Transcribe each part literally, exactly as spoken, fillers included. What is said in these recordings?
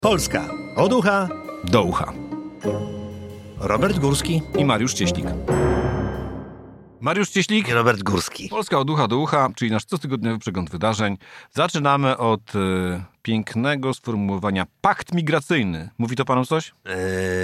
Polska od ucha do ucha. Robert Górski i Mariusz Cieślik. Mariusz Cieślik i Robert Górski. Polska od ucha do ucha, czyli nasz cotygodniowy przegląd wydarzeń. Zaczynamy od e, pięknego sformułowania pakt migracyjny. Mówi to panu coś? Yy,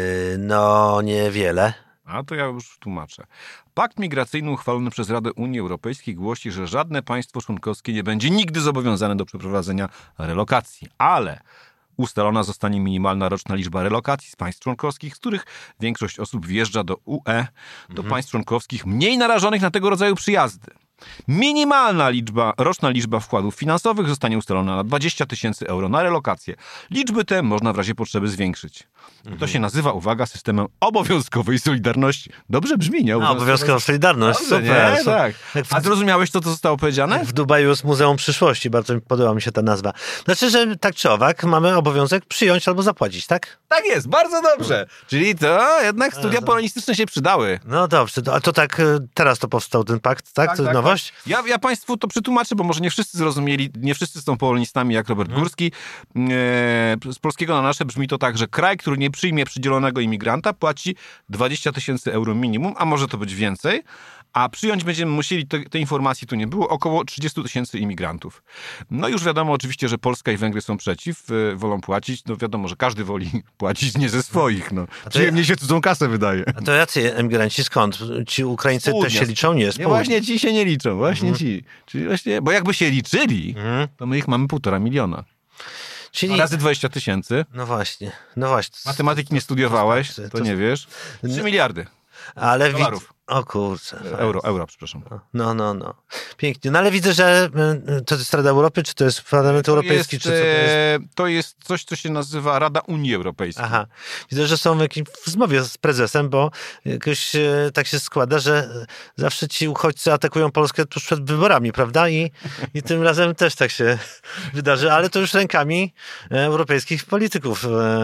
no, niewiele. A to ja już tłumaczę. Pakt migracyjny uchwalony przez Radę Unii Europejskiej głosi, że żadne państwo członkowskie nie będzie nigdy zobowiązane do przeprowadzenia relokacji, ale ustalona zostanie minimalna roczna liczba relokacji z państw członkowskich, z których większość osób wjeżdża do U E, do mhm. państw członkowskich mniej narażonych na tego rodzaju przyjazdy. Minimalna liczba, roczna liczba wkładów finansowych zostanie ustalona na dwadzieścia tysięcy euro na relokację. Liczby te można w razie potrzeby zwiększyć. Mhm. To się nazywa, uwaga, systemem obowiązkowej solidarności. Dobrze brzmi, nie? Obowiązkowa, obowiązkowa solidarność, Dobrze, super. Nie? Tak. A zrozumiałeś to, co zostało powiedziane? W Dubaju z Muzeum Przyszłości, bardzo podoba mi się ta nazwa. Znaczy, że tak czy owak mamy obowiązek przyjąć albo zapłacić, tak? Tak jest, bardzo dobrze. Czyli to jednak studia polonistyczne się przydały. No dobrze, to, a to tak teraz to powstał ten pakt, tak? tak To jest tak, nowość? Tak. Ja, ja państwu to przetłumaczę, bo może nie wszyscy zrozumieli, nie wszyscy są polonistami jak Robert hmm. Górski. E, z polskiego na nasze brzmi to tak, że kraj, który nie przyjmie przydzielonego imigranta, płaci dwadzieścia tysięcy euro minimum, a może to być więcej, a przyjąć będziemy musieli, te, tej informacji tu nie było, około trzydzieści tysięcy imigrantów. No już wiadomo oczywiście, że Polska i Węgry są przeciw, y, wolą płacić. No wiadomo, że każdy woli płacić nie ze swoich. No. Przyjemnie się cudzą kasę wydaje. A to jacy emigranci skąd? Ci Ukraińcy Południa. też się liczą? Nie, nie właśnie ci się nie liczą, właśnie mhm. ci. Czyli właśnie, bo jakby się liczyli, mhm. to my ich mamy półtora miliona. Czyli... A razy dwadzieścia tysięcy. No właśnie, no właśnie. Matematyki nie studiowałeś, to, to nie wiesz. trzy miliardy. Ale dolarów. Wid... O kurczę. Euro, euro, przepraszam. No, no, no. Pięknie. No ale widzę, że to jest Rada Europy, czy to jest Parlament to Europejski, jest, czy co to jest? To jest coś, co się nazywa Rada Unii Europejskiej. Aha. Widzę, że są w jakimś rozmowie z prezesem, bo jakoś tak się składa, że zawsze ci uchodźcy atakują Polskę tuż przed wyborami, prawda? I, i tym razem też tak się wydarzy, ale to już rękami europejskich polityków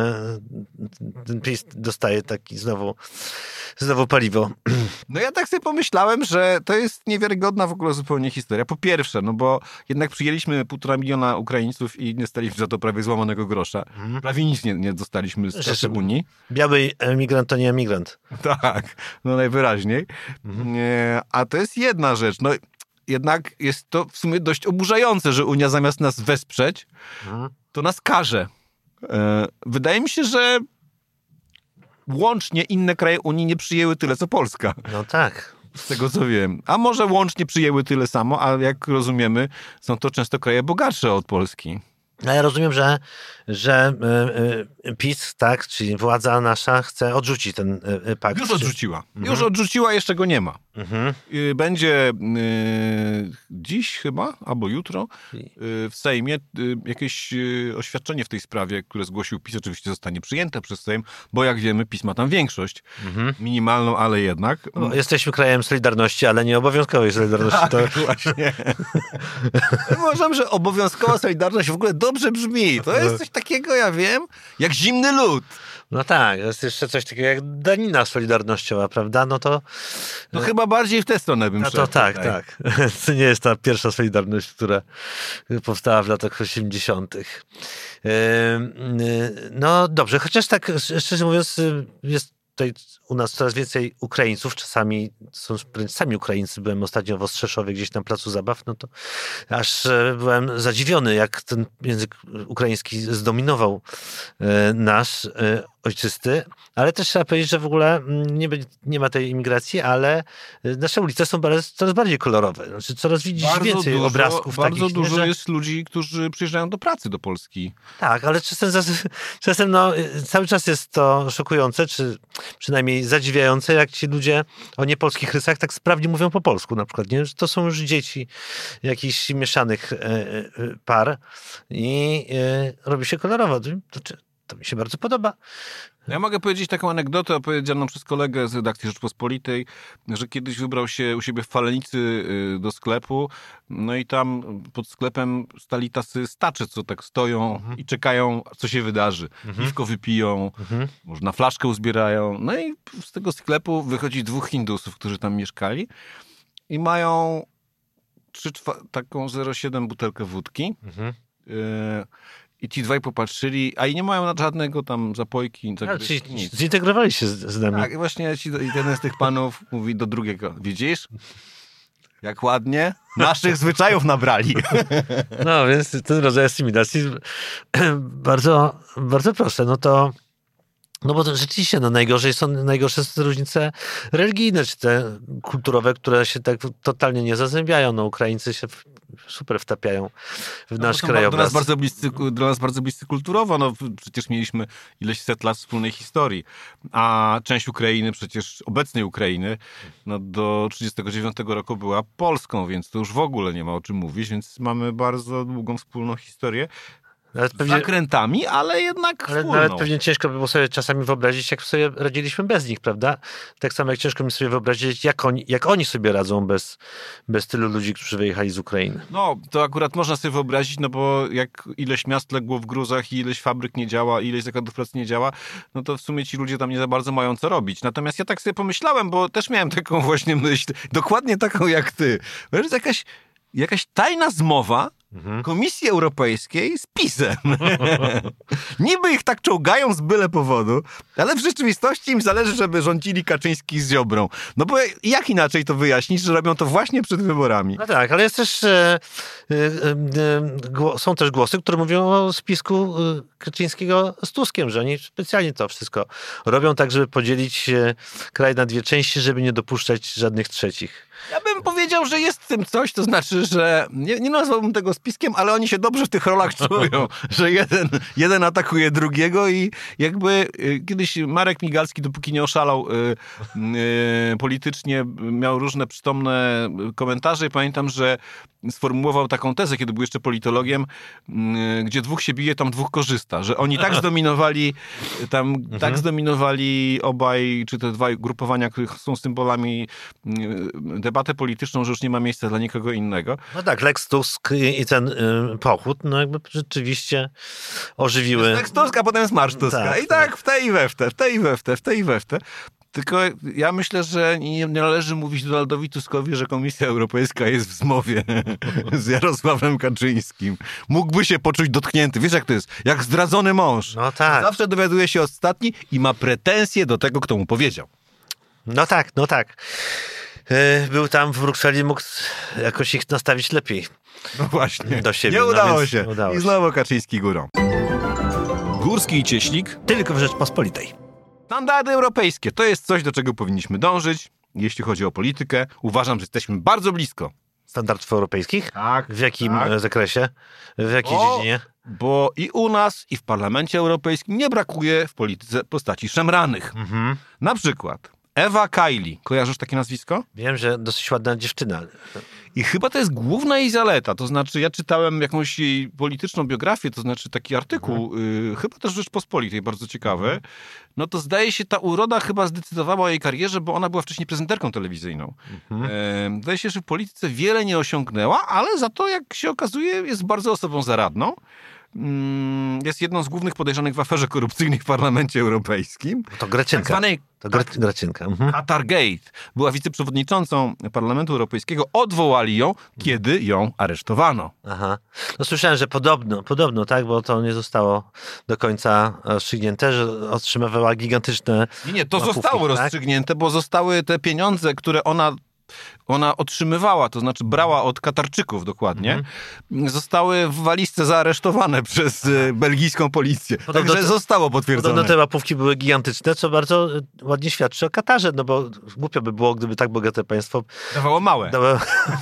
ten PiS dostaje taki znowu, znowu paliwo. No ja tak sobie pomyślałem, że to jest niewiarygodna w ogóle zupełnie historia. Po pierwsze, no bo jednak przyjęliśmy półtora miliona Ukraińców i nie staliśmy za to prawie złamanego grosza. Mhm. Prawie nic nie, nie dostaliśmy z czasu Unii. Biały emigrant to nie emigrant. Tak, no najwyraźniej. Mhm. A to jest jedna rzecz. No jednak jest to w sumie dość oburzające, że Unia zamiast nas wesprzeć, mhm. to nas karze. Wydaje mi się, że łącznie inne kraje Unii nie przyjęły tyle, co Polska. No tak. Z tego, co wiem. A może łącznie przyjęły tyle samo, a jak rozumiemy, są to często kraje bogatsze od Polski. No ja rozumiem, że, że y, y, PiS, tak, czyli władza nasza chce odrzucić ten y, pakt. Już odrzuciła. Mhm. Już odrzuciła, jeszcze go nie ma. Mhm. Y, będzie y, dziś chyba, albo jutro y, w Sejmie y, jakieś y, oświadczenie w tej sprawie, które zgłosił PiS, oczywiście zostanie przyjęte przez Sejm, bo jak wiemy, PiS ma tam większość. Mhm. Minimalną, ale jednak. No, jesteśmy krajem Solidarności, ale nie obowiązkowej Solidarności. Tak, to... właśnie. Uważam, że obowiązkowa Solidarność w ogóle dobrze brzmi. To jest coś takiego, ja wiem, jak zimny lód. No tak, jest jeszcze coś takiego jak danina solidarnościowa, prawda? No to... No chyba bardziej w tę stronę bym no szedł. to tak, tutaj. tak. To nie jest ta pierwsza Solidarność, która powstała w latach osiemdziesiątych. No dobrze, chociaż tak szczerze mówiąc jest tutaj u nas coraz więcej Ukraińców, czasami są sami Ukraińcy. Byłem ostatnio w Ostrzeszowie, gdzieś na placu zabaw, no to aż byłem zadziwiony, jak ten język ukraiński zdominował nasz ojczysty, ale też trzeba powiedzieć, że w ogóle nie, nie ma tej imigracji, ale nasze ulice są coraz bardziej kolorowe. Znaczy coraz widzisz bardzo więcej dużo, obrazków bardzo takich. Bardzo dużo nie, że... jest ludzi, którzy przyjeżdżają do pracy do Polski. Tak, ale czasem, czasem no, cały czas jest to szokujące, czy przynajmniej zadziwiające, jak ci ludzie o niepolskich rysach tak sprawnie mówią po polsku na przykład. Nie? To są już dzieci jakichś mieszanych par i robi się kolorowo. To, to mi się bardzo podoba. Ja mogę powiedzieć taką anegdotę opowiedzianą przez kolegę z redakcji Rzeczpospolitej, że kiedyś wybrał się u siebie w Falenicy do sklepu, no i tam pod sklepem stali tacy stacze, co tak stoją mhm. i czekają, co się wydarzy. Mhm. Piwko wypiją, mhm. może na flaszkę uzbierają. No i z tego sklepu wychodzi dwóch Hindusów, którzy tam mieszkali i mają trzy, taką zero przecinek siedem butelkę wódki. Mhm. Y- i ci dwaj popatrzyli, a i nie mają na żadnego tam zapojki. Tak, ale czyli zintegrowali się z, z nami. Tak, i właśnie ci, jeden z tych panów mówi do drugiego, widzisz? Jak ładnie naszych zwyczajów nabrali. No, więc ten rodzaj asymilacji bardzo, bardzo proste. No to No bo to rzeczywiście, no najgorzej są, najgorsze są te różnice religijne, czy te kulturowe, które się tak totalnie nie zazębiają. No Ukraińcy się w, super wtapiają w nasz no, krajobraz. Do nas, bardzo bliscy, do nas bardzo bliscy kulturowo. No przecież mieliśmy ileś set lat wspólnej historii. A część Ukrainy, przecież obecnej Ukrainy, no do trzydziestego dziewiątego roku była Polską, więc to już w ogóle nie ma o czym mówić, więc mamy bardzo długą wspólną historię. Nawet pewnie, zakrętami, ale jednak ale wspólną. Nawet pewnie ciężko by było sobie czasami wyobrazić, jak sobie radziliśmy bez nich, prawda? Tak samo jak ciężko mi sobie wyobrazić, jak oni, jak oni sobie radzą bez, bez tylu ludzi, którzy wyjechali z Ukrainy. No, to akurat można sobie wyobrazić, no bo jak ileś miast legło w gruzach i ileś fabryk nie działa, i ileś zakładów pracy nie działa, no to w sumie ci ludzie tam nie za bardzo mają co robić. Natomiast ja tak sobie pomyślałem, bo też miałem taką właśnie myśl, dokładnie taką jak ty. To jest jakaś, jakaś tajna zmowa Komisji Europejskiej z PiS-em. Niby ich tak czołgają z byle powodu, ale w rzeczywistości im zależy, żeby rządzili Kaczyński z Ziobrą. No bo jak inaczej to wyjaśnić, że robią to właśnie przed wyborami? No tak, ale jest też, e, e, e, są też głosy, które mówią o spisku Kaczyńskiego z Tuskiem, że oni specjalnie to wszystko robią tak, żeby podzielić kraj na dwie części, żeby nie dopuszczać żadnych trzecich. Ja bym powiedział, że jest w tym coś, to znaczy, że nie, nie nazwałbym tego spiskiem, ale oni się dobrze w tych rolach czują, że jeden, jeden atakuje drugiego i jakby y, kiedyś Marek Migalski, dopóki nie oszalał y, y, politycznie, miał różne przytomne komentarze i pamiętam, że sformułował taką tezę, kiedy był jeszcze politologiem, y, gdzie dwóch się bije, tam dwóch korzysta, że oni tak zdominowali tam mhm. tak zdominowali obaj, czy te dwa grupowania, które są symbolami y, debatę polityczną, że już nie ma miejsca dla nikogo innego. No tak, Lex Tusk i, i ten y, pochód, no jakby rzeczywiście ożywiły... Jest Lex Tusk, a potem jest Marsz Tuska. Tak, I tak, tak w te i we w te, w te i we w te, w te i we w te. Tylko ja myślę, że nie, nie należy mówić Donaldowi Tuskowi, że Komisja Europejska jest w zmowie z Jarosławem Kaczyńskim. Mógłby się poczuć dotknięty. Wiesz jak to jest? Jak zdradzony mąż. No tak. Zawsze dowiaduje się ostatni i ma pretensje do tego, kto mu powiedział. No tak, no tak. Był tam w Brukseli, mógł jakoś ich nastawić lepiej. No właśnie. Do siebie. Nie udało no, się. Udało I znowu Kaczyński górą. Górski i Cieślik. Tylko w Rzeczpospolitej. Standardy europejskie. To jest coś, do czego powinniśmy dążyć, jeśli chodzi o politykę. Uważam, że jesteśmy bardzo blisko. Standardów europejskich? Tak. W jakim tak. zakresie? W jakiej o, dziedzinie? Bo i u nas, i w Parlamencie Europejskim nie brakuje w polityce postaci szemranych. Mhm. Na przykład Ewa Kaili. Kojarzysz takie nazwisko? Wiem, że dosyć ładna dziewczyna. I chyba to jest główna jej zaleta. To znaczy, ja czytałem jakąś jej polityczną biografię, to znaczy taki artykuł, mhm. y, chyba też w Rzeczpospolitej, bardzo ciekawy. Mhm. No to zdaje się, ta uroda chyba zdecydowała o jej karierze, bo ona była wcześniej prezenterką telewizyjną. Mhm. E, zdaje się, że w polityce wiele nie osiągnęła, ale za to, jak się okazuje, jest bardzo osobą zaradną. Jest jedną z głównych podejrzanych w aferze korupcyjnej w Parlamencie Europejskim. To Greczynka. Tak zwanej to Gre- Greczynka. Mhm. Qatargate. Była wiceprzewodniczącą Parlamentu Europejskiego. Odwołali ją, kiedy ją aresztowano. Aha. No słyszałem, że podobno, podobno, tak, bo to nie zostało do końca rozstrzygnięte, że otrzymywała gigantyczne Nie, nie, to łapówki, zostało tak? rozstrzygnięte, bo zostały te pieniądze, które ona... Ona otrzymywała, to znaczy brała od Katarczyków dokładnie, mm-hmm. zostały w walizce zaaresztowane przez y, belgijską policję. Podobno Także te, zostało potwierdzone. Podobno te łapówki były gigantyczne, co bardzo ładnie świadczy o Katarze, no bo głupio by było, gdyby tak bogate państwo dawało małe. Dawało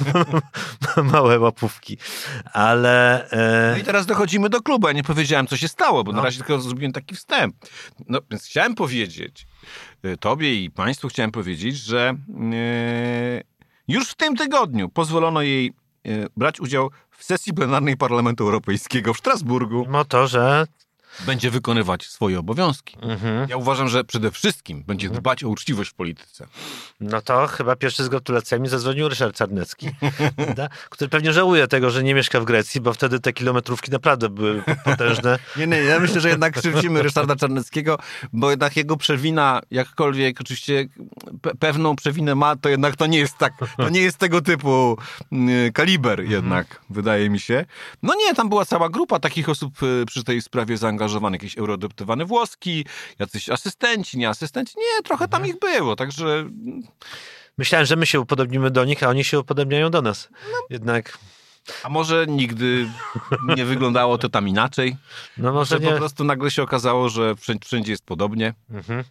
małe łapówki. Ale... E... No i teraz dochodzimy do klubu. Ja nie powiedziałem, co się stało, bo no. na razie tylko zrobiłem taki wstęp. No więc chciałem powiedzieć, tobie i państwu chciałem powiedzieć, że yy, już w tym tygodniu pozwolono jej yy, brać udział w sesji plenarnej Parlamentu Europejskiego w Strasburgu. Mimo to, że Będzie wykonywać swoje obowiązki. Mhm. Ja uważam, że przede wszystkim będzie dbać o uczciwość w polityce. No to chyba pierwszy z gratulacjami zadzwonił Ryszard Czarnecki, który pewnie żałuje tego, że nie mieszka w Grecji, bo wtedy te kilometrówki naprawdę były potężne. Nie, nie, ja myślę, że jednak krzywdzimy Ryszarda Czarneckiego, bo jednak jego przewina, jakkolwiek oczywiście pe- pewną przewinę ma, to jednak to nie jest tak, to nie jest tego typu y, kaliber jednak, mhm. wydaje mi się. No nie, tam była cała grupa takich osób y, przy tej sprawie zaangażowanych, jakiś eurodeputowany włoski, jacyś asystenci, nie asystenci, nie, trochę tam ich było, także... Myślałem, że my się upodobnimy do nich, a oni się upodobniają do nas. No. Jednak... A może nigdy nie wyglądało to tam inaczej? No może nie. Po prostu nagle się okazało, że wszędzie jest podobnie. Mhm.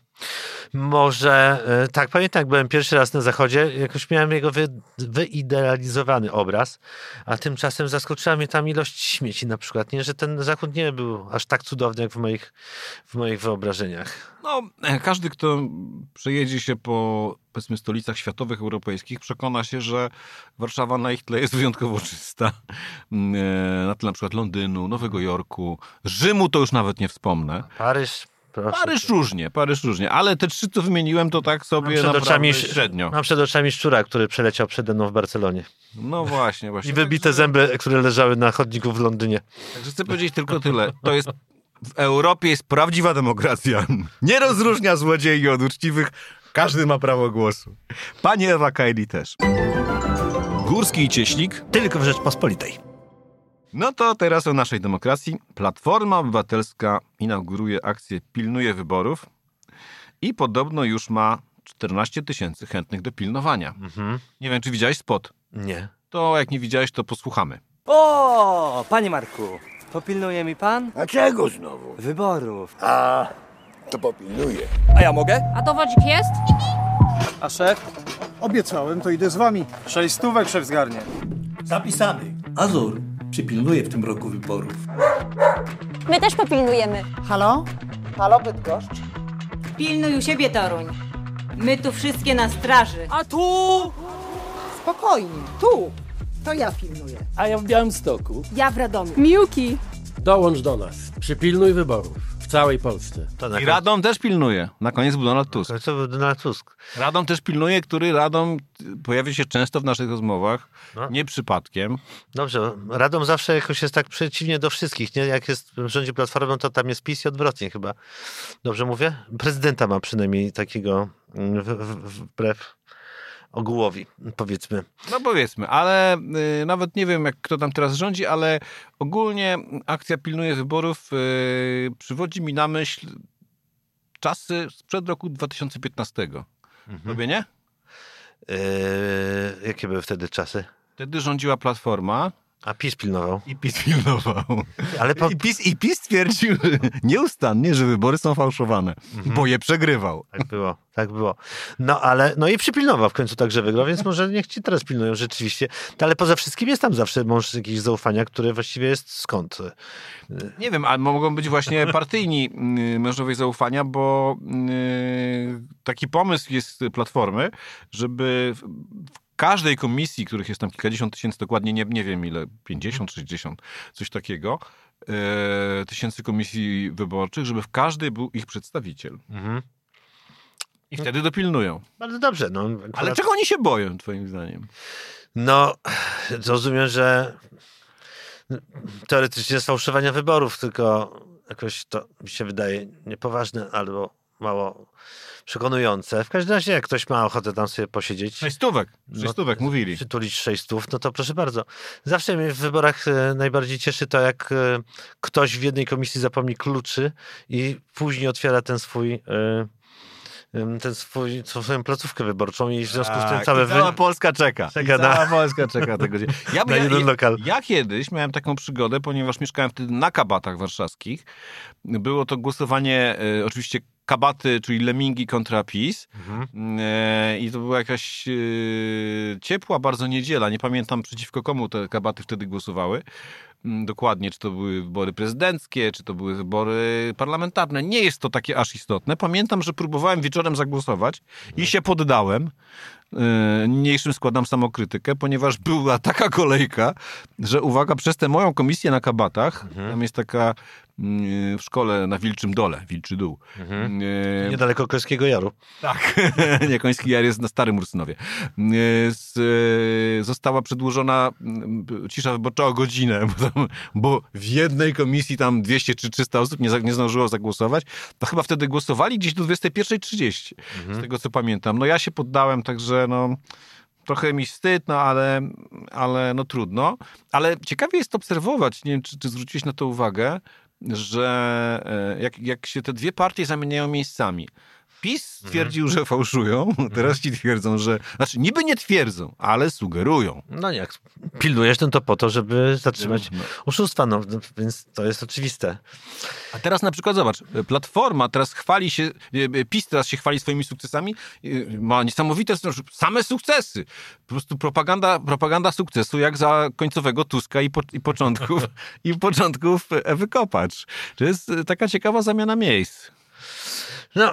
Może, tak, pamiętam, jak byłem pierwszy raz na Zachodzie, jakoś miałem jego wy, wyidealizowany obraz, a tymczasem zaskoczyła mnie tam ilość śmieci na przykład, nie? Że ten Zachód nie był aż tak cudowny, jak w moich, w moich wyobrażeniach. No, każdy, kto przejedzie się po, powiedzmy, stolicach światowych, europejskich, przekona się, że Warszawa na ich tle jest wyjątkowo czysta. Na tle na przykład Londynu, Nowego Jorku, Rzymu to już nawet nie wspomnę. Paryż... Proszę. Paryż różnie, Paryż różnie, ale te trzy, co wymieniłem, to tak sobie naprawdę oczami, średnio. Mam przed oczami szczura, który przeleciał przede mną w Barcelonie. No właśnie, właśnie. I wybite Także... zęby, które leżały na chodniku w Londynie. Także chcę powiedzieć tylko tyle. To jest, w Europie jest prawdziwa demokracja. Nie rozróżnia złodziei od uczciwych. Każdy ma prawo głosu. Panie Ewa Kaili też. Górski i Cieślik. Tylko w Rzeczpospolitej. No to teraz o naszej demokracji. Platforma Obywatelska inauguruje akcję Pilnuje Wyborów i podobno już ma czternaście tysięcy chętnych do pilnowania. Mhm. Nie wiem, czy widziałeś spot? Nie. To jak nie widziałeś, to posłuchamy. O, panie Marku, popilnuje mi pan? A czego znowu? Wyborów. A, to popilnuję. A ja mogę? A dowodzik jest? A szef? Obiecałem, to idę z wami. Sześć stówek szef zgarnie. Zapisany. Azur przypilnuje w tym roku wyborów. My też popilnujemy. Halo? Halo, Bydgoszcz? Pilnuj u siebie, Toruń. My tu wszystkie na straży. A tu? Spokojnie, tu. To ja pilnuję. A ja w Białymstoku. Ja w Radomiu. Miłki. Dołącz do nas. Przypilnuj wyborów. W całej Polsce. I Radom też pilnuje. Na koniec był Donald Tusk. To był Donald Tusk. Radom też pilnuje, który Radom pojawia się często w naszych rozmowach. No. Nie przypadkiem. Dobrze. Radom zawsze jakoś jest tak przeciwnie do wszystkich. Nie? Jak jest w rządzie Platformy, to tam jest PiS i odwrotnie chyba. Dobrze mówię? Prezydenta ma przynajmniej takiego wbrew ogółowi, powiedzmy. No powiedzmy, ale y, nawet nie wiem, jak kto tam teraz rządzi, ale ogólnie akcja Pilnuje Wyborów y, przywodzi mi na myśl czasy sprzed roku dwa tysiące piętnastego. Mhm. Tobie nie? Yy, jakie były wtedy czasy? Wtedy rządziła Platforma. A PiS pilnował. I PiS pilnował. Ale po... I, PiS, I PiS twierdził nieustannie, że wybory są fałszowane, mhm. bo je przegrywał. Tak było, tak było. No ale, no i przypilnował w końcu także wygrał, więc może niech ci teraz pilnują rzeczywiście. Ale poza wszystkim jest tam zawsze mąż jakiegoś zaufania, które właściwie jest skąd? Nie wiem, ale mogą być właśnie partyjni mężowie zaufania, bo yy, taki pomysł jest Platformy, żeby w każdej komisji, których jest tam kilkadziesiąt tysięcy, dokładnie nie, nie wiem ile, pięćdziesiąt, sześćdziesiąt, coś takiego, e, tysięcy komisji wyborczych, żeby w każdej był ich przedstawiciel. Mhm. I wtedy dopilnują. Bardzo dobrze. No, akurat... Ale czego oni się boją, twoim zdaniem? No, rozumiem, że teoretycznie sfałszowania wyborów, tylko jakoś to mi się wydaje niepoważne albo mało przekonujące. W każdym razie, jak ktoś ma ochotę tam sobie posiedzieć... Sześć stówek. Sześć no, stówek, mówili. Przytulić sześć stów, no to proszę bardzo. Zawsze mnie w wyborach e, najbardziej cieszy to, jak e, ktoś w jednej komisji zapomni kluczy i później otwiera ten swój... E, ten swój, swoją placówkę wyborczą i w związku z tym całe... Cała wy... Polska czeka. czeka cała na... Polska czeka tego dzień. Ja, na jeden ja, lokal. Ja, ja kiedyś miałem taką przygodę, ponieważ mieszkałem wtedy na Kabatach warszawskich. Było to głosowanie, e, oczywiście Kabaty, czyli Lemingi kontra PiS. Mhm. E, I to była jakaś e, ciepła bardzo niedziela. Nie pamiętam przeciwko komu te Kabaty wtedy głosowały. Dokładnie, czy to były wybory prezydenckie, czy to były wybory parlamentarne. Nie jest to takie aż istotne. Pamiętam, że próbowałem wieczorem zagłosować i się poddałem, niniejszym składam samokrytykę, ponieważ była taka kolejka, że uwaga, przez tę moją komisję na Kabatach, mhm. tam jest taka w szkole na Wilczym Dole, Wilczy Dół. Mhm. Niedaleko Końskiego Jaru. Tak, nie, Koński Jar jest na Starym Ursynowie. Z, została przedłużona cisza wyborcza o godzinę, bo, tam, bo w jednej komisji tam dwieście czy trzysta osób nie, nie zdążyło zagłosować. To chyba wtedy głosowali gdzieś do dwudziestej pierwszej trzydzieści, mhm. z tego co pamiętam. No ja się poddałem, także no... Trochę mi wstyd, no ale, ale no trudno. Ale ciekawie jest obserwować, nie wiem, czy, czy zwróciłeś na to uwagę, że jak, jak się te dwie partie zamieniają miejscami. PiS stwierdził, mhm. że fałszują, teraz ci twierdzą, że... Znaczy, niby nie twierdzą, ale sugerują. No nie, jak pilnujesz, no to po to, żeby zatrzymać no. oszustwa, no więc to jest oczywiste. A teraz na przykład zobacz, Platforma teraz chwali się, PiS teraz się chwali swoimi sukcesami, ma niesamowite same sukcesy. Po prostu propaganda, propaganda sukcesu, jak za końcowego Tuska i, po, i początków, i początków Ewy Kopacz. To jest taka ciekawa zamiana miejsc. No,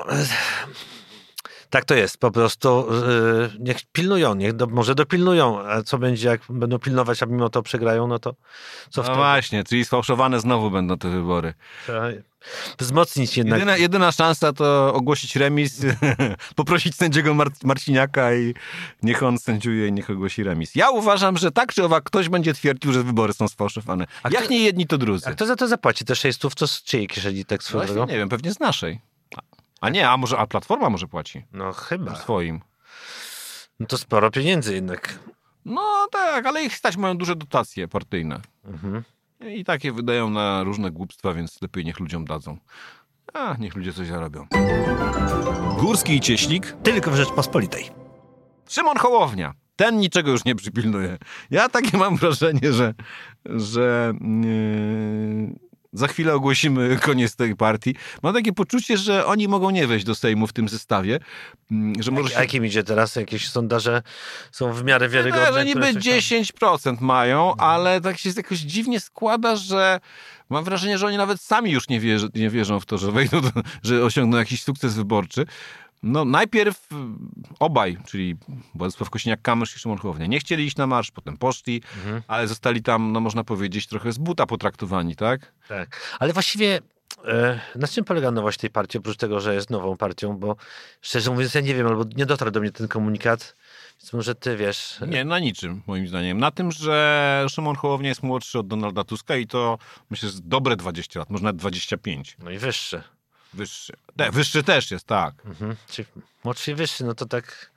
tak to jest. Po prostu yy, niech pilnują, niech do, może dopilnują. A co będzie, jak będą pilnować, a mimo to przegrają, no to co no wtedy? Właśnie, czyli sfałszowane znowu będą te wybory. Trzeba wzmocnić jednak. Jedyna, jedyna szansa to ogłosić remis, poprosić sędziego Mar- Marciniaka i niech on sędziuje i niech ogłosi remis. Ja uważam, że tak czy owak ktoś będzie twierdził, że wybory są sfałszowane. A jak kto, nie jedni, to drudzy. A kto za to zapłaci? Te sześć stów to z czyjej kieszeni tak swojego? Właśnie nie wiem, pewnie z naszej. A nie, a może, a Platforma może płaci? No chyba. Swoim. No to sporo pieniędzy jednak. No tak, ale ich stać mają duże dotacje partyjne. Mhm. I takie wydają na różne głupstwa, więc lepiej niech ludziom dadzą. A, niech ludzie coś zarobią. Górski i Cieślik. Tylko w Rzeczpospolitej. Szymon Hołownia. Ten niczego już nie przypilnuje. Ja takie mam wrażenie, że, że yy, za chwilę ogłosimy koniec tej partii. Mam takie poczucie, że oni mogą nie wejść do Sejmu w tym zestawie. Że może się... A jakim idzie teraz? Jakieś sondaże są w miarę wiarygodne? No, że niby dziesięć procent mają, ale tak się jakoś dziwnie składa, że mam wrażenie, że oni nawet sami już nie, wierzy, nie wierzą w to, że wejdą, do, że osiągną jakiś sukces wyborczy. No najpierw obaj, czyli Władysław Kosiniak-Kamysz i Szymon Hołownia, nie chcieli iść na marsz, potem poszli, mhm. ale zostali tam, no można powiedzieć, trochę z buta potraktowani, tak? Tak, ale właściwie e, na czym polega nowość tej partii, oprócz tego, że jest nową partią, bo szczerze mówiąc ja nie wiem, albo nie dotarł do mnie ten komunikat, więc może ty wiesz. Nie, na niczym, moim zdaniem. Na tym, że Szymon Hołownia jest młodszy od Donalda Tuska i to myślę, że dobre dwadzieścia lat, może nawet dwadzieścia pięć. No i wyższy. Wyższy. Te, wyższy też jest, tak. Mhm. Czyli młodszy i wyższy, no to tak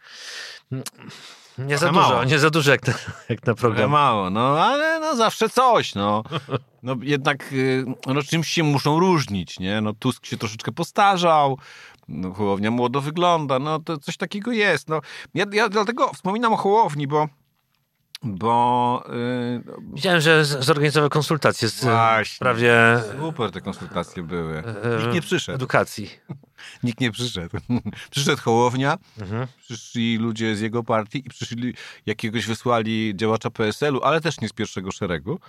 nie za dużo, mało. nie za dużo jak na, jak na program. Trochę mało, no ale no zawsze coś, no. No jednak no, czymś się muszą różnić, nie? No Tusk się troszeczkę postarzał, no, Hołownia młodo wygląda, no to coś takiego jest. No, ja, ja dlatego wspominam o Hołowni, bo Bo... Yy... Widziałem, że zorganizował konsultacje z Właśnie. prawie... Super te konsultacje były. Nikt nie przyszedł. Edukacji. Nikt nie przyszedł. Przyszedł Hołownia, mhm. przyszli ludzie z jego partii i przyszli jakiegoś wysłali działacza P S L-u, ale też nie z pierwszego szeregu.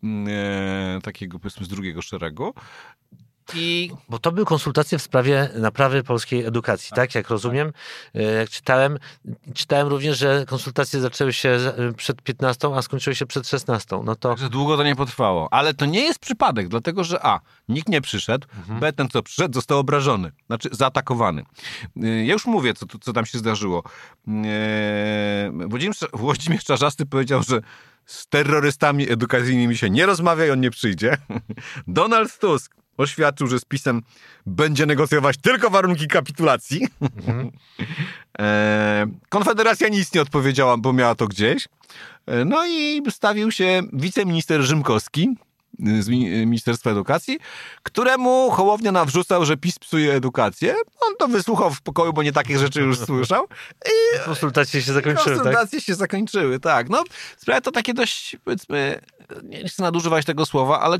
E, takiego powiedzmy z drugiego szeregu. I... Bo to były konsultacje w sprawie naprawy polskiej edukacji, tak? tak? Jak rozumiem, tak. Jak czytałem, czytałem również, że konsultacje zaczęły się przed piętnastą, a skończyły się przed szesnastą. No to... Także długo to nie potrwało. Ale to nie jest przypadek, dlatego że a, nikt nie przyszedł, mhm. b, ten co przyszedł został obrażony, znaczy zaatakowany. Ja już mówię, co, co tam się zdarzyło. Włodzimierz, Włodzimierz Czarzasty powiedział, że z terrorystami edukacyjnymi się nie rozmawia i on nie przyjdzie. Donald Tusk oświadczył, że z PiS-em będzie negocjować tylko warunki kapitulacji. Mhm. e, Konfederacja nic nie odpowiedziała, bo miała to gdzieś. E, no i stawił się wiceminister Rzymkowski z Ministerstwa Edukacji, któremu Hołownia nawrzucał, że PiS psuje edukację. On to wysłuchał w pokoju, bo nie takie rzeczy już słyszał. I konsultacje się zakończyły, konsultacje tak? się zakończyły, tak. No, sprawia to takie dość, powiedzmy, nie chcę nadużywać tego słowa, ale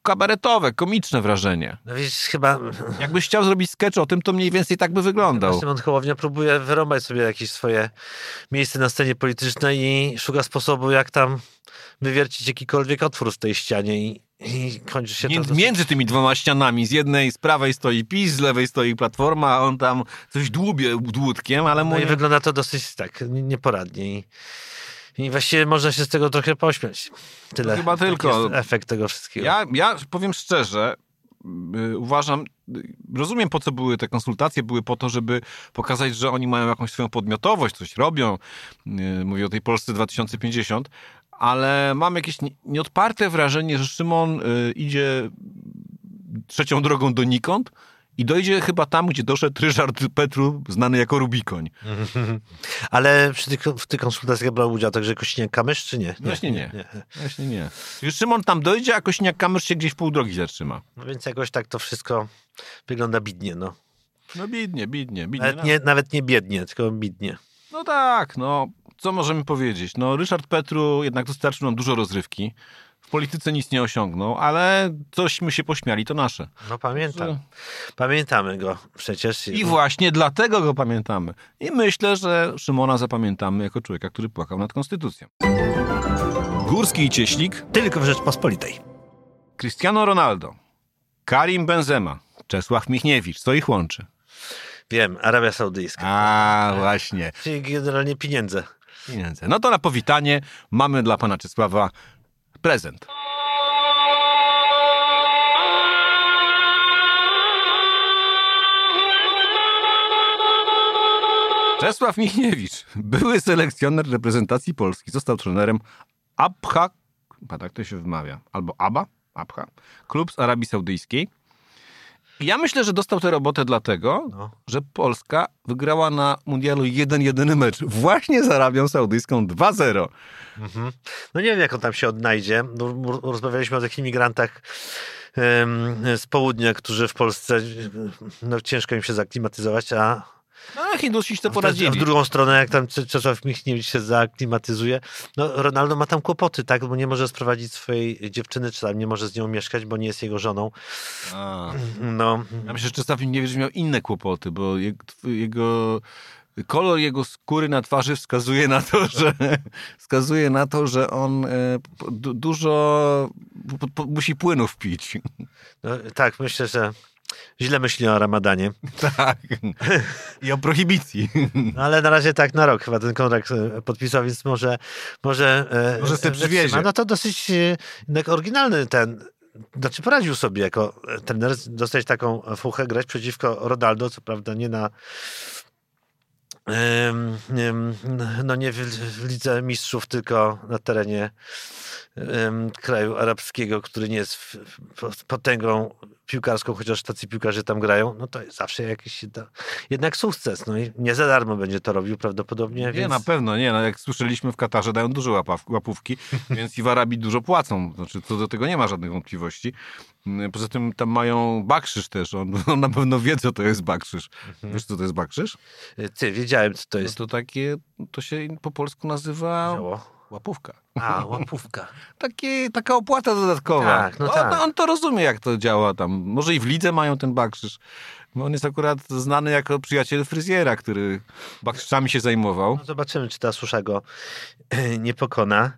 kabaretowe, komiczne wrażenie. No wiesz, chyba... Jakbyś chciał zrobić sketch o tym, to mniej więcej tak by wyglądał. Szymon Hołownia próbuje wyrąbać sobie jakieś swoje miejsce na scenie politycznej i szuka sposobu, jak tam wywiercić jakikolwiek otwór w tej ścianie i, i kończy się Między, to... między tymi dwoma ścianami, z jednej z prawej stoi PiS, z lewej stoi Platforma, a on tam coś dłubie dłutkiem, ale mu No i nie... wygląda to dosyć tak nieporadnie i, i właściwie można się z tego trochę pośmiać. Tyle. To chyba Taki tylko. jest efekt tego wszystkiego. Ja, ja powiem szczerze, yy, uważam, yy, rozumiem po co były te konsultacje, były po to, żeby pokazać, że oni mają jakąś swoją podmiotowość, coś robią, yy, mówię o tej Polsce dwa tysiące pięćdziesiąt, ale mam jakieś nie, nieodparte wrażenie, że Szymon yy, idzie trzecią drogą donikąd i dojdzie chyba tam, gdzie doszedł Ryszard Petru, znany jako Rubikoń. Ale przy tych, w tych konsultacjach brał udział także Kośniak-Kamysz, czy nie? nie Właśnie nie. nie. Właśnie nie. Już Szymon tam dojdzie, a Kośniak-Kamysz się gdzieś w pół drogi zatrzyma. No więc jakoś tak to wszystko wygląda bidnie, no. No bidnie, bidnie, bidnie. Nawet nie, nawet nie biednie, tylko bidnie. No tak, no. Co możemy powiedzieć? No Ryszard Petru jednak dostarczył nam dużo rozrywki. W polityce nic nie osiągnął, ale cośmy się pośmiali, to nasze. No pamiętam. Że... Pamiętamy go przecież. I właśnie dlatego go pamiętamy. I myślę, że Szymona zapamiętamy jako człowieka, który płakał nad konstytucją. Górski i Cieślik. Tylko w Rzeczpospolitej. Cristiano Ronaldo. Karim Benzema. Czesław Michniewicz. Co ich łączy? Wiem, Arabia Saudyjska. A, właśnie. Czyli generalnie pieniądze. Pieniądze. No to na powitanie mamy dla pana Czesława prezent. Czesław Michniewicz, były selekcjoner reprezentacji Polski, został trenerem Abha, chyba tak to się wymawia, albo Aba, Abha, klub z Arabii Saudyjskiej. Ja myślę, że dostał tę robotę dlatego, no. że Polska wygrała na mundialu jeden jedyny mecz. Właśnie z Arabią Saudyjską dwa zero. Mhm. No nie wiem, jak on tam się odnajdzie. Rozmawialiśmy o takich imigrantach z południa, którzy w Polsce no, ciężko im się zaklimatyzować, a no, Hindusi się to poradzili. A w drugą stronę, jak tam Czesław Michniewicz się zaaklimatyzuje, no Ronaldo ma tam kłopoty, tak, bo nie może sprowadzić swojej dziewczyny, czy tam nie może z nią mieszkać, bo nie jest jego żoną. A. No. Ja myślę, że Czesław Michniewicz miał inne kłopoty, bo jego... kolor jego skóry na twarzy wskazuje na to, że wskazuje na to, że on e, du, dużo po, po, musi płynów pić. No, tak, myślę, że źle myśli o Ramadanie. Tak. I o prohibicji. No, ale na razie tak na rok chyba ten kontrakt podpisał, więc może może, może sobie przywiezie. No to dosyć jednak oryginalny ten, znaczy poradził sobie jako trener dostać taką fuchę, grać przeciwko Ronaldo, co prawda nie na no nie w Lidze Mistrzów, tylko na terenie kraju arabskiego, który nie jest potęgą piłkarską, chociaż tacy piłkarze tam grają, no to jest zawsze jakiś jednak sukces. No i nie za darmo będzie to robił prawdopodobnie. Nie, więc... na pewno, nie. No jak słyszeliśmy, w Katarze dają dużo łapaw, łapówki, więc i w Arabii dużo płacą. Znaczy, co do tego nie ma żadnych wątpliwości. Poza tym tam mają bakszysz też. On, on na pewno wie, co to jest bakszysz. Mhm. Wiesz, co to jest bakszysz? Ty, wiedziałem, co to jest. No to takie, to się po polsku nazywa... Zioło. Łapówka. A, łapówka. Takie, taka opłata dodatkowa. Tak, no tak. On, on to rozumie, jak to działa tam. Może i w lidze mają ten bakszysz. On jest akurat znany jako przyjaciel fryzjera, który bakszyszami się zajmował. No zobaczymy, czy ta susza go nie pokona.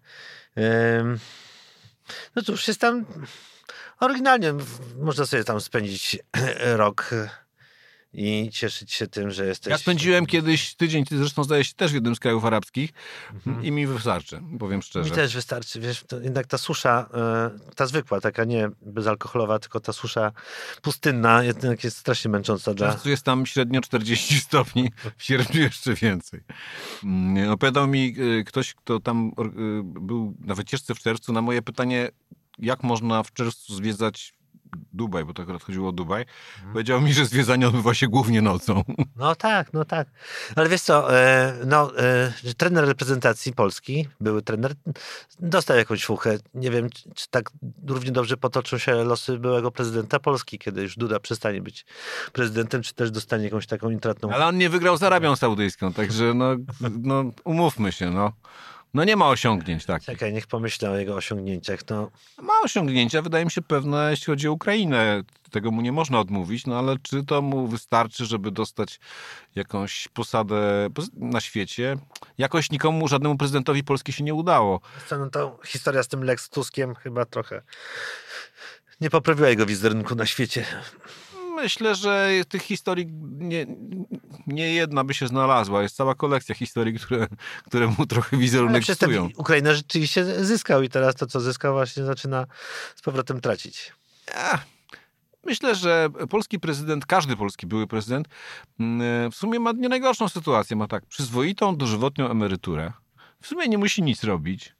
No cóż, jest tam oryginalnie. Można sobie tam spędzić rok i cieszyć się tym, że jesteś... Ja spędziłem kiedyś tydzień, ty zresztą zdaje się też w jednym z krajów arabskich mhm. i mi wystarczy, powiem szczerze. Mi też wystarczy, wiesz, to jednak ta susza, ta zwykła, taka nie bezalkoholowa, tylko ta susza pustynna jednak jest strasznie męcząca. Dla... Jest tam średnio czterdzieści stopni, w sierpniu jeszcze więcej. Opowiadał mi ktoś, kto tam był na wycieczce w czerwcu, na moje pytanie, jak można w czerwcu zwiedzać Dubaj, bo to akurat chodziło o Dubaj, hmm. powiedział mi, że zwiedzanie odbywa się głównie nocą. No tak, no tak. Ale wiesz co, e, no, e, trener reprezentacji Polski, były trener, dostał jakąś fuchę. Nie wiem, czy, czy tak równie dobrze potoczą się losy byłego prezydenta Polski, kiedy już Duda przestanie być prezydentem, czy też dostanie jakąś taką intratną... Ale on nie wygrał z Arabią Saudyjską, także no, no umówmy się, no. No nie ma osiągnięć takich. Czekaj, niech pomyślę o jego osiągnięciach. No, Ma osiągnięcia, wydaje mi się, pewne, jeśli chodzi o Ukrainę. Tego mu nie można odmówić, no ale czy to mu wystarczy, żeby dostać jakąś posadę na świecie? Jakoś nikomu, żadnemu prezydentowi Polski się nie udało. co, no to historia z tym Lex Tuskiem chyba trochę nie poprawiła jego wizerunku na świecie. Myślę, że tych historii nie, nie jedna by się znalazła. Jest cała kolekcja historii, które, które mu trochę wizerunek Ale przez ten psują. Ukrainę rzeczywiście zyskał i teraz to, co zyskał, właśnie zaczyna z powrotem tracić. Ech. Myślę, że polski prezydent, każdy polski były prezydent, w sumie ma nie najgorszą sytuację. Ma tak przyzwoitą, dożywotnią emeryturę. W sumie nie musi nic robić.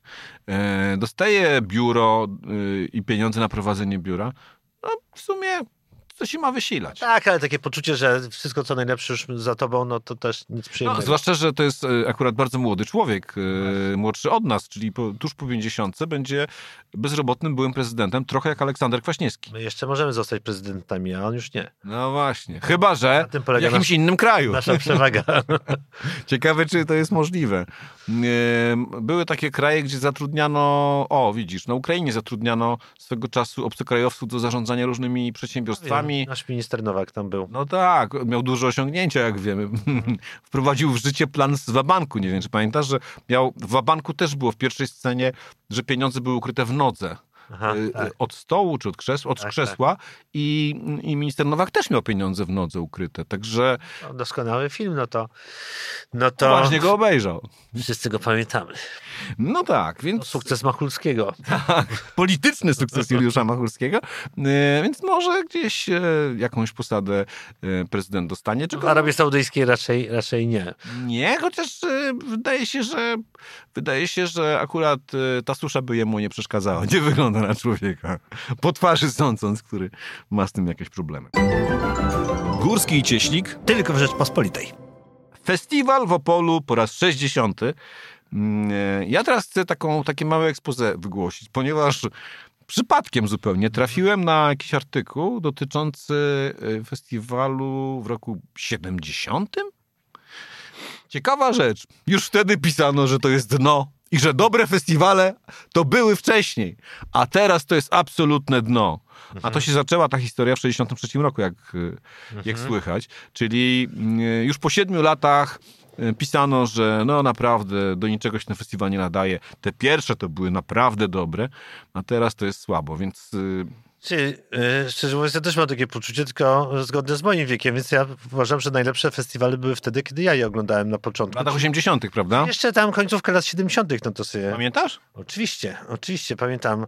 Dostaje biuro i pieniądze na prowadzenie biura. No w sumie co się ma wysilać. Tak, ale takie poczucie, że wszystko co najlepsze już za tobą, no to też nic przyjemnego. No, zwłaszcza, że to jest akurat bardzo młody człowiek, e, młodszy od nas, czyli po, tuż po pięćdziesiątce będzie bezrobotnym byłym prezydentem, trochę jak Aleksander Kwaśniewski. My jeszcze możemy zostać prezydentami, a on już nie. No właśnie. Chyba że tym w polega jakimś nasz, innym kraju. Nasza przewaga. Ciekawe, czy to jest możliwe. E, były takie kraje, gdzie zatrudniano, o widzisz, na Ukrainie zatrudniano swego czasu obcokrajowców do zarządzania różnymi przedsiębiorstwami. Nasz minister Nowak tam był. No tak, miał duże osiągnięcia, jak wiemy. Wprowadził w życie plan z Wabanku. Nie wiem, czy pamiętasz, że miał w Wabanku też było w pierwszej scenie, że pieniądze były ukryte w nodze. Aha, tak. Od stołu czy od krzesła, od tak, krzesła tak. I, i minister Nowak też miał pieniądze w nodze ukryte, także No, doskonały film, no to no to poważnie go obejrzał. Wszyscy go pamiętamy. No tak, więc... To sukces Machulskiego. Tak, polityczny sukces Juliusza Machulskiego, e, więc może gdzieś e, jakąś posadę e, prezydent dostanie. W Arabii Saudyjskiej raczej, raczej nie. Nie, chociaż e, wydaje się, że wydaje się, że akurat e, ta susza by jemu nie przeszkadzała. Nie wygląda na człowieka. Po twarzy sądząc, który ma z tym jakieś problemy. Górski i Cieślik. Tylko w Rzeczpospolitej. Festiwal w Opolu po raz sześćdziesiąty. Ja teraz chcę taką, takie małe exposé wygłosić, ponieważ przypadkiem zupełnie trafiłem na jakiś artykuł dotyczący festiwalu w roku siedemdziesiątym. Ciekawa rzecz. Już wtedy pisano, że to jest dno i że dobre festiwale to były wcześniej, a teraz to jest absolutne dno. A to się zaczęła ta historia w sześćdziesiątym trzecim roku, jak, jak mhm. słychać. Czyli już po siedmiu latach pisano, że no naprawdę do niczego się ten festiwal nie nadaje. Te pierwsze to były naprawdę dobre, a teraz to jest słabo, więc... Czyli, yy, szczerze mówiąc, ja też mam takie poczucie, tylko zgodne z moim wiekiem, więc ja uważam, że najlepsze festiwale były wtedy, kiedy ja je oglądałem na początku. W latach osiemdziesiątych, prawda? Jeszcze tam końcówka lat siedemdziesiątych, no to sobie... Pamiętasz? Oczywiście, oczywiście, pamiętam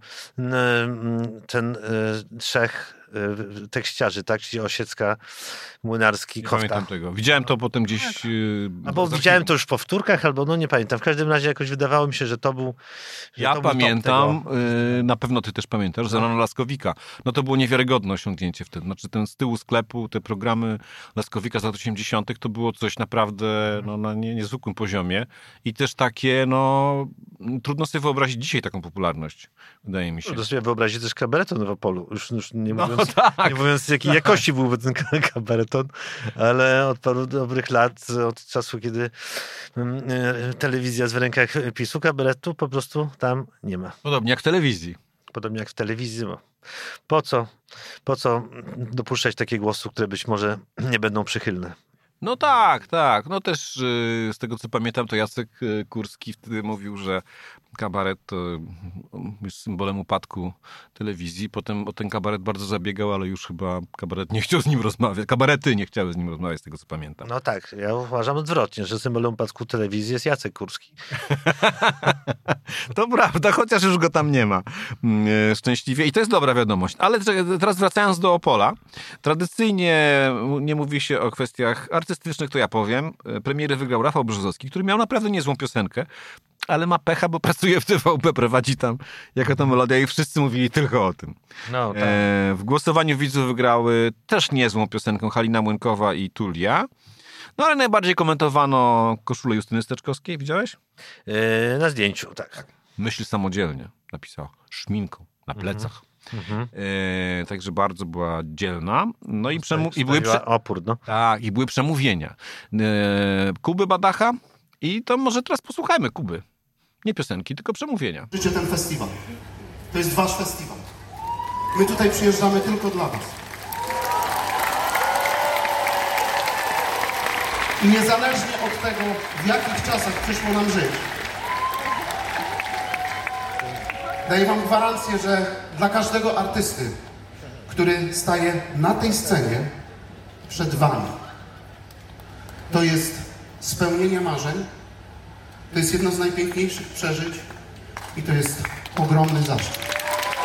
ten y, trzech y, tekściarzy, tak? Czyli Osiecka, Młynarski, nie Kofta. Pamiętam tego. Widziałem to potem gdzieś... Yy, albo widziałem to już po wtórkach, albo no nie pamiętam. W każdym razie jakoś wydawało mi się, że to był... Że ja to pamiętam, był yy, na pewno ty też pamiętasz, Zenona Laskowika. No to było niewiarygodne osiągnięcie wtedy. Znaczy ten z tyłu sklepu, te programy Laskowika z lat osiemdziesiątych to było coś naprawdę no, na nie, niezwykłym poziomie. I też takie, no... Trudno sobie wyobrazić dzisiaj taką popularność, wydaje mi się. Trudno sobie wyobrazić też kabareton w Opolu. Już, już nie, no, mówiąc, tak. nie mówiąc, jakiej jakości byłby ten kabareton, ale od paru dobrych lat, od czasu, kiedy telewizja jest w rękach PiSu, kabaretu po prostu tam nie ma. Podobnie jak w telewizji. Podobnie jak w telewizji. Bo po co, po co dopuszczać takie głosy, które być może nie będą przychylne? No tak, tak. No też yy, z tego, co pamiętam, to Jacek yy, Kurski wtedy mówił, że kabaret to jest symbolem upadku telewizji. Potem o ten kabaret bardzo zabiegał, ale już chyba kabaret nie chciał z nim rozmawiać. Kabarety nie chciały z nim rozmawiać, z tego, co pamiętam. No tak, ja uważam odwrotnie, że symbolem upadku telewizji jest Jacek Kurski. To prawda, chociaż już go tam nie ma. Yy, szczęśliwie. I to jest dobra wiadomość. Ale teraz wracając do Opola. Tradycyjnie nie mówi się o kwestiach artystycznych, to ja powiem. Premiery wygrał Rafał Brzozowski, który miał naprawdę niezłą piosenkę, ale ma pecha, bo pracuje w T V P, prowadzi tam jako ta melodia i wszyscy mówili tylko o tym. No, tak. e, w głosowaniu widzów wygrały też niezłą piosenką Halina Młynkowa i Tulia. No ale najbardziej komentowano koszulę Justyny Steczkowskiej, widziałeś? Yy, na zdjęciu, tak. Myśl samodzielnie, napisała szminką na plecach. Mhm. E, także bardzo była dzielna. No i, przemu- i, były były prze- opór, no. tak, i były przemówienia. E, Kuby Badacha i to może teraz posłuchajmy Kuby. Nie piosenki, tylko przemówienia. Życie ten festiwal. To jest wasz festiwal. My tutaj przyjeżdżamy tylko dla was. I niezależnie od tego, w jakich czasach przyszło nam żyć, daję wam gwarancję, że dla każdego artysty, który staje na tej scenie przed wami, to jest spełnienie marzeń, to jest jedno z najpiękniejszych przeżyć i to jest ogromny zaszczyt.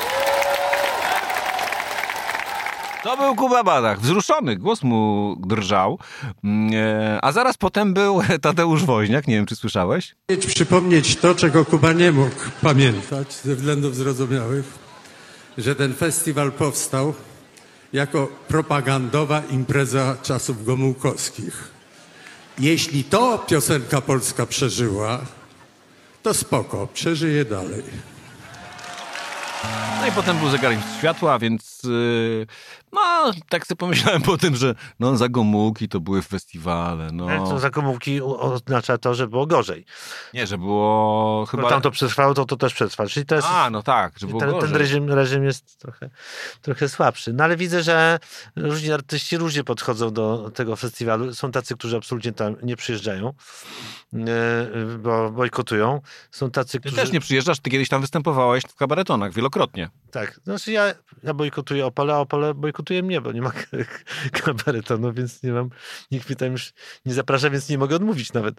To był Kuba Badach, wzruszony, głos mu drżał, a zaraz potem był Tadeusz Woźniak, nie wiem, czy słyszałeś? Przypomnieć to, czego Kuba nie mógł pamiętać ze względów zrozumiałych, że ten festiwal powstał jako propagandowa impreza czasów gomułkowskich. Jeśli to piosenka polska przeżyła, to spoko, przeżyje dalej. No i potem był zegarek światła, więc yy, no, tak sobie pomyślałem po tym, że no, za Gomułki to były festiwale. No. Ale to za Gomułki oznacza to, że było gorzej. Nie, że było chyba... Bo tam to przetrwało, to to też przetrwa. Czyli to jest... A, no tak, że było ten, gorzej. ten reżim, reżim jest trochę, trochę słabszy. No ale widzę, że różni artyści różnie podchodzą do tego festiwalu. Są tacy, którzy absolutnie tam nie przyjeżdżają, bo bojkotują. Są tacy, Ty którzy... też nie przyjeżdżasz, ty kiedyś tam występowałeś w kabaretonach wielokrotnie. Tak, znaczy ja, ja bojkotuję Opole, a Opole bojkotuje mnie, bo nie ma kabaretonu, więc nie mam, nikt mnie tam już nie zaprasza, więc nie mogę odmówić nawet.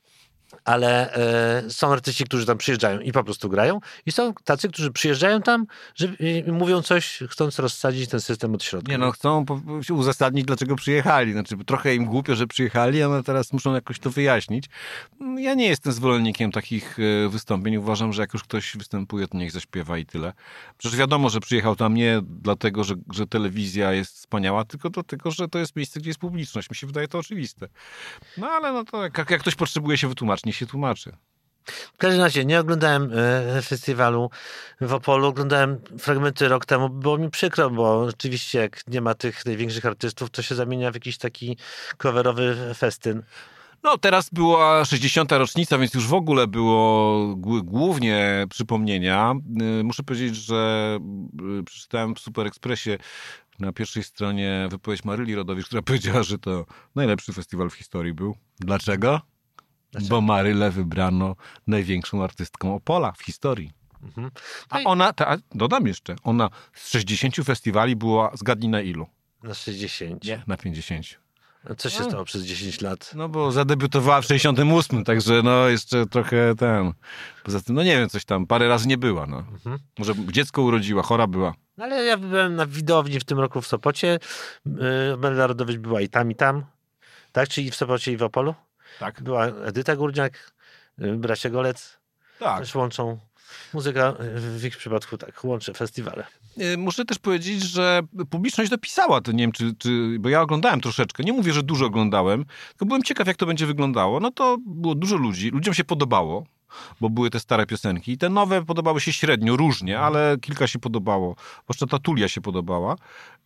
Ale e, są artyści, którzy tam przyjeżdżają i po prostu grają i są tacy, którzy przyjeżdżają tam, że i mówią coś, chcąc rozsadzić ten system od środka. Nie no, chcą po, uzasadnić, dlaczego przyjechali. Znaczy, trochę im głupio, że przyjechali, ale teraz muszą jakoś to wyjaśnić. Ja nie jestem zwolennikiem takich wystąpień. Uważam, że jak już ktoś występuje, to niech zaśpiewa i tyle. Przecież wiadomo, że przyjechał tam nie dlatego, że, że telewizja jest wspaniała, tylko dlatego, że to jest miejsce, gdzie jest publiczność. Mi się wydaje to oczywiste. No ale no to jak, jak ktoś potrzebuje się wytłumaczyć, niech się tłumaczy. W każdym razie nie oglądałem e, festiwalu w Opolu, oglądałem fragmenty rok temu, było mi przykro, bo rzeczywiście jak nie ma tych największych artystów, to się zamienia w jakiś taki coverowy festyn. No teraz była sześćdziesiąta rocznica, więc już w ogóle było g- głównie przypomnienia. Yy, muszę powiedzieć, że yy, przeczytałem w Super Expressie na pierwszej stronie wypowiedź Maryli Rodowicz, która powiedziała, że to najlepszy festiwal w historii był. Dlaczego? Dlaczego? Bo Marylę wybrano największą artystką Opola w historii. Mhm. A ona, ta, dodam jeszcze, ona z sześćdziesięciu festiwali była, zgadnij na ilu? Na sześćdziesięciu. Nie, na pięćdziesięciu. A co się A. stało przez dziesięć lat? No bo zadebiutowała w sześćdziesiątym ósmym, także no jeszcze trochę ten... Poza tym, no nie wiem, coś tam, parę razy nie była, no. Mhm. Może dziecko urodziła, chora była. No ale ja byłem na widowni w tym roku w Sopocie. Maryla Rodowicz była i tam, i tam. Tak? Czyli w Sopocie i w Opolu? Tak. Była Edyta Górniak, bracia Golec. Tak. Też łączą. Muzyka w ich przypadku tak, łączy festiwale. Muszę też powiedzieć, że publiczność dopisała to, nie wiem, czy, czy, bo ja oglądałem troszeczkę, nie mówię, że dużo oglądałem, tylko byłem ciekaw, jak to będzie wyglądało. No to było dużo ludzi, ludziom się podobało, bo były te stare piosenki i te nowe podobały się średnio, różnie, ale kilka się podobało. Zwłaszcza ta Tulia się podobała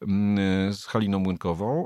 z Haliną Młynkową.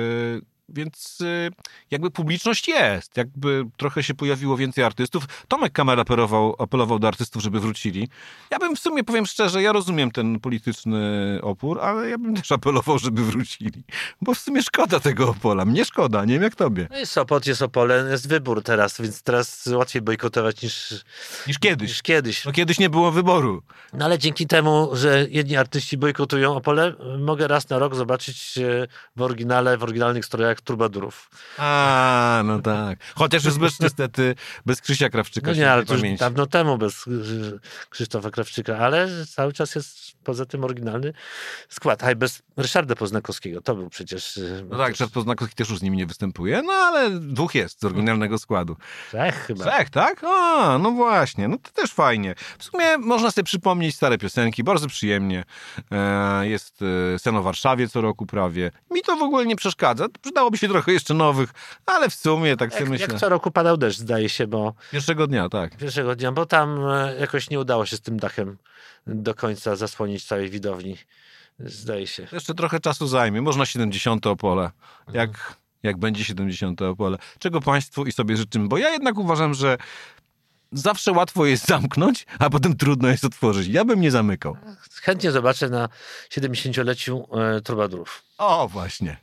Więc jakby publiczność jest, jakby trochę się pojawiło więcej artystów. Tomek Kamera apelował, apelował do artystów, żeby wrócili. Ja bym w sumie, powiem szczerze, ja rozumiem ten polityczny opór, ale ja bym też apelował, żeby wrócili. Bo w sumie szkoda tego Opola. Mnie szkoda, nie wiem jak tobie. No jest Sopot, jest Opole, jest wybór teraz, więc teraz łatwiej bojkotować niż, niż kiedyś. Niż kiedyś. No kiedyś nie było wyboru. No ale dzięki temu, że jedni artyści bojkotują Opole, mogę raz na rok zobaczyć w oryginale, w oryginalnych strojach Trubadurów. A, no tak. Chociaż już bez, niestety bez Krzysia Krawczyka. No nie, ale to już dawno temu bez Krzysztofa Krawczyka, ale cały czas jest poza tym oryginalny skład. A i bez Ryszarda Poznakowskiego. To był przecież... No tak, Ryszard Poznakowski też już z nimi nie występuje, no ale dwóch jest z oryginalnego składu. Trzech chyba. Trzech, tak? A, no właśnie. No to też fajnie. W sumie można sobie przypomnieć stare piosenki, bardzo przyjemnie. Jest Sen o Warszawie co roku prawie. Mi to w ogóle nie przeszkadza. Przydałoby się trochę jeszcze nowych, ale w sumie tak sobie jak, myślę. Jak co roku padał deszcz, zdaje się, bo... Pierwszego dnia, tak. Pierwszego dnia, bo tam jakoś nie udało się z tym dachem do końca zasłonić całej widowni. Zdaje się. Jeszcze trochę czasu zajmie. Można siedemdziesiąte Opole. Jak, mhm. jak będzie siedemdziesiąte Opole. Czego państwu i sobie życzymy. Bo ja jednak uważam, że zawsze łatwo jest zamknąć, a potem trudno jest otworzyć. Ja bym nie zamykał. Chętnie zobaczę na siedemdziesięcioleciu e, Trubadurów. O, właśnie.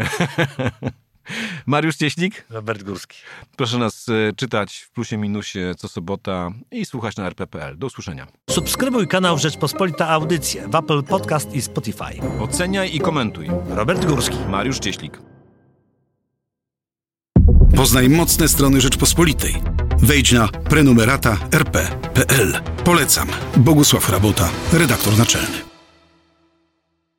Mariusz Cieślik. Robert Górski. Proszę nas e, czytać w Plusie Minusie co sobota i słuchać na er pe kropka pe el. Do usłyszenia. Subskrybuj kanał Rzeczpospolita Audycje w Apple Podcast i Spotify. Oceniaj i komentuj. Robert Górski. Mariusz Cieślik. Poznaj mocne strony Rzeczpospolitej. Wejdź na prenumerata er pe kropka pe el. Polecam. Bogusław Rabota, redaktor naczelny.